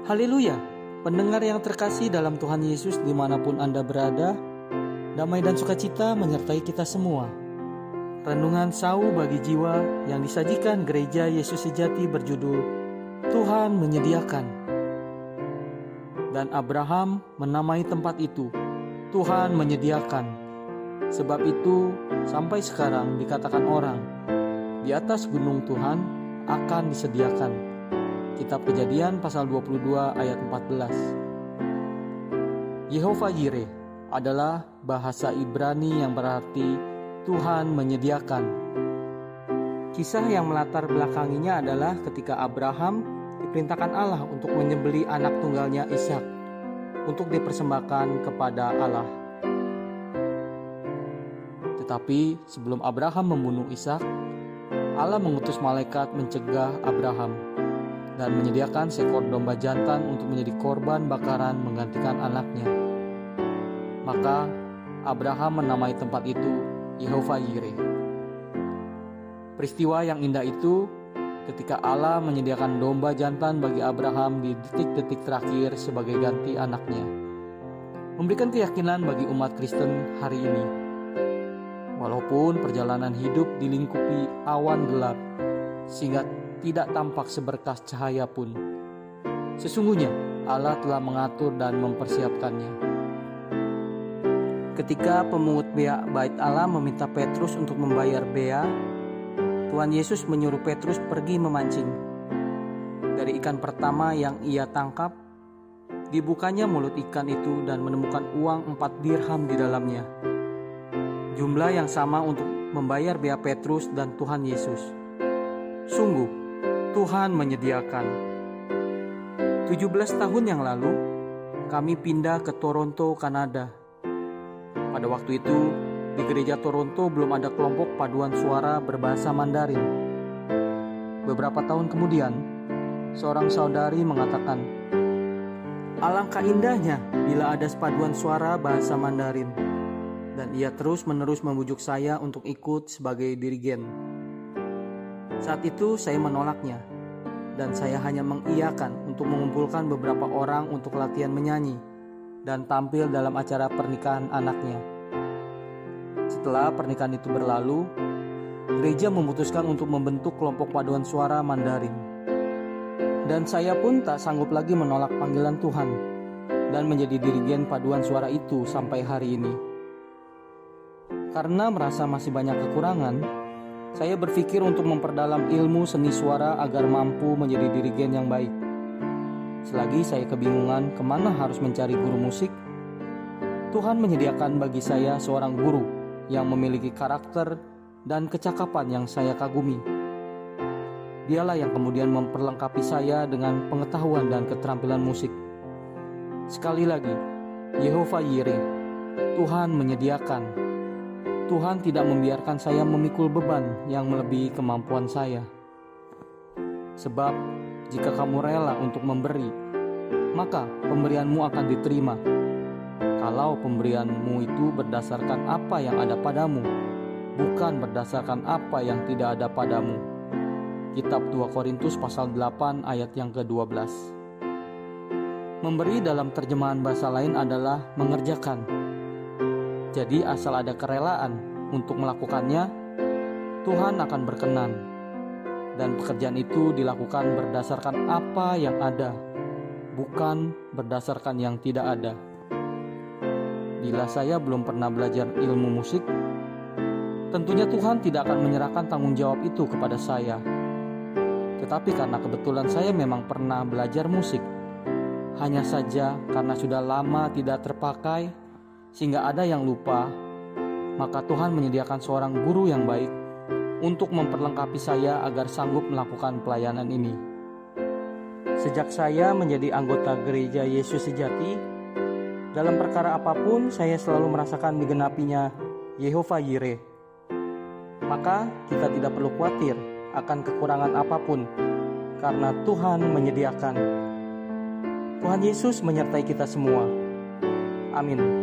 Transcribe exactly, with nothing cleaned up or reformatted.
Haleluya, pendengar yang terkasih dalam Tuhan Yesus dimanapun Anda berada, damai dan sukacita menyertai kita semua. Renungan sau bagi jiwa yang disajikan Gereja Yesus Sejati berjudul Tuhan Menyediakan. Dan Abraham menamai tempat itu Tuhan Menyediakan. Sebab itu sampai sekarang dikatakan orang, di atas gunung Tuhan akan disediakan. Kitab Kejadian pasal dua puluh dua ayat empat belas. Yehovah Yireh adalah bahasa Ibrani yang berarti Tuhan menyediakan. Kisah yang melatar belakanginya adalah ketika Abraham diperintahkan Allah untuk menyembelih anak tunggalnya Ishak untuk dipersembahkan kepada Allah. Tetapi sebelum Abraham membunuh Ishak, Allah mengutus malaikat mencegah Abraham dan menyediakan seekor domba jantan untuk menjadi korban bakaran menggantikan anaknya. Maka Abraham menamai tempat itu Yehovah Yireh. Peristiwa yang indah itu ketika Allah menyediakan domba jantan bagi Abraham di detik-detik terakhir sebagai ganti anaknya, memberikan keyakinan bagi umat Kristen hari ini. Walaupun perjalanan hidup dilingkupi awan gelap sehingga tidak tampak seberkas cahaya pun, sesungguhnya Allah telah mengatur dan mempersiapkannya. Ketika pemungut bea bait Allah meminta Petrus untuk membayar bea, Tuhan Yesus menyuruh Petrus pergi memancing. Dari ikan pertama yang ia tangkap, dibukanya mulut ikan itu dan menemukan uang empat dirham di dalamnya. Jumlah yang sama untuk membayar bea Petrus dan Tuhan Yesus. Sungguh, Tuhan menyediakan. tujuh belas tahun yang lalu, kami pindah ke Toronto, Kanada. Pada waktu itu, di gereja Toronto belum ada kelompok paduan suara berbahasa Mandarin. Beberapa tahun kemudian, seorang saudari mengatakan, "Alangkah indahnya bila ada paduan suara bahasa Mandarin." Dan ia terus-menerus membujuk saya untuk ikut sebagai dirigen. Saat itu saya menolaknya, dan saya hanya mengiyakan untuk mengumpulkan beberapa orang untuk latihan menyanyi dan tampil dalam acara pernikahan anaknya. Setelah pernikahan itu berlalu, gereja memutuskan untuk membentuk kelompok paduan suara Mandarin. Dan saya pun tak sanggup lagi menolak panggilan Tuhan dan menjadi dirigen paduan suara itu sampai hari ini. Karena merasa masih banyak kekurangan, saya berpikir untuk memperdalam ilmu seni suara agar mampu menjadi dirigen yang baik. Selagi saya kebingungan kemana harus mencari guru musik, Tuhan menyediakan bagi saya seorang guru yang memiliki karakter dan kecakapan yang saya kagumi. Dialah yang kemudian memperlengkapi saya dengan pengetahuan dan keterampilan musik. Sekali lagi, Yehovah Yireh, Tuhan menyediakan. Tuhan tidak membiarkan saya memikul beban yang melebihi kemampuan saya. Sebab jika kamu rela untuk memberi, maka pemberianmu akan diterima. Kalau pemberianmu itu berdasarkan apa yang ada padamu, bukan berdasarkan apa yang tidak ada padamu. Kitab dua Korintus pasal delapan ayat yang kedua belas. Memberi dalam terjemahan bahasa lain adalah mengerjakan. Jadi asal ada kerelaan untuk melakukannya, Tuhan akan berkenan. Dan pekerjaan itu dilakukan berdasarkan apa yang ada, bukan berdasarkan yang tidak ada. Bila saya belum pernah belajar ilmu musik, tentunya Tuhan tidak akan menyerahkan tanggung jawab itu kepada saya. Tetapi karena kebetulan saya memang pernah belajar musik, hanya saja karena sudah lama tidak terpakai, sehingga ada yang lupa, maka Tuhan menyediakan seorang guru yang baik untuk memperlengkapi saya agar sanggup melakukan pelayanan ini. Sejak saya menjadi anggota Gereja Yesus Sejati, dalam perkara apapun saya selalu merasakan digenapinya Yehovah Yireh. Maka kita tidak perlu khawatir akan kekurangan apapun, karena Tuhan menyediakan. Tuhan Yesus menyertai kita semua. Amin.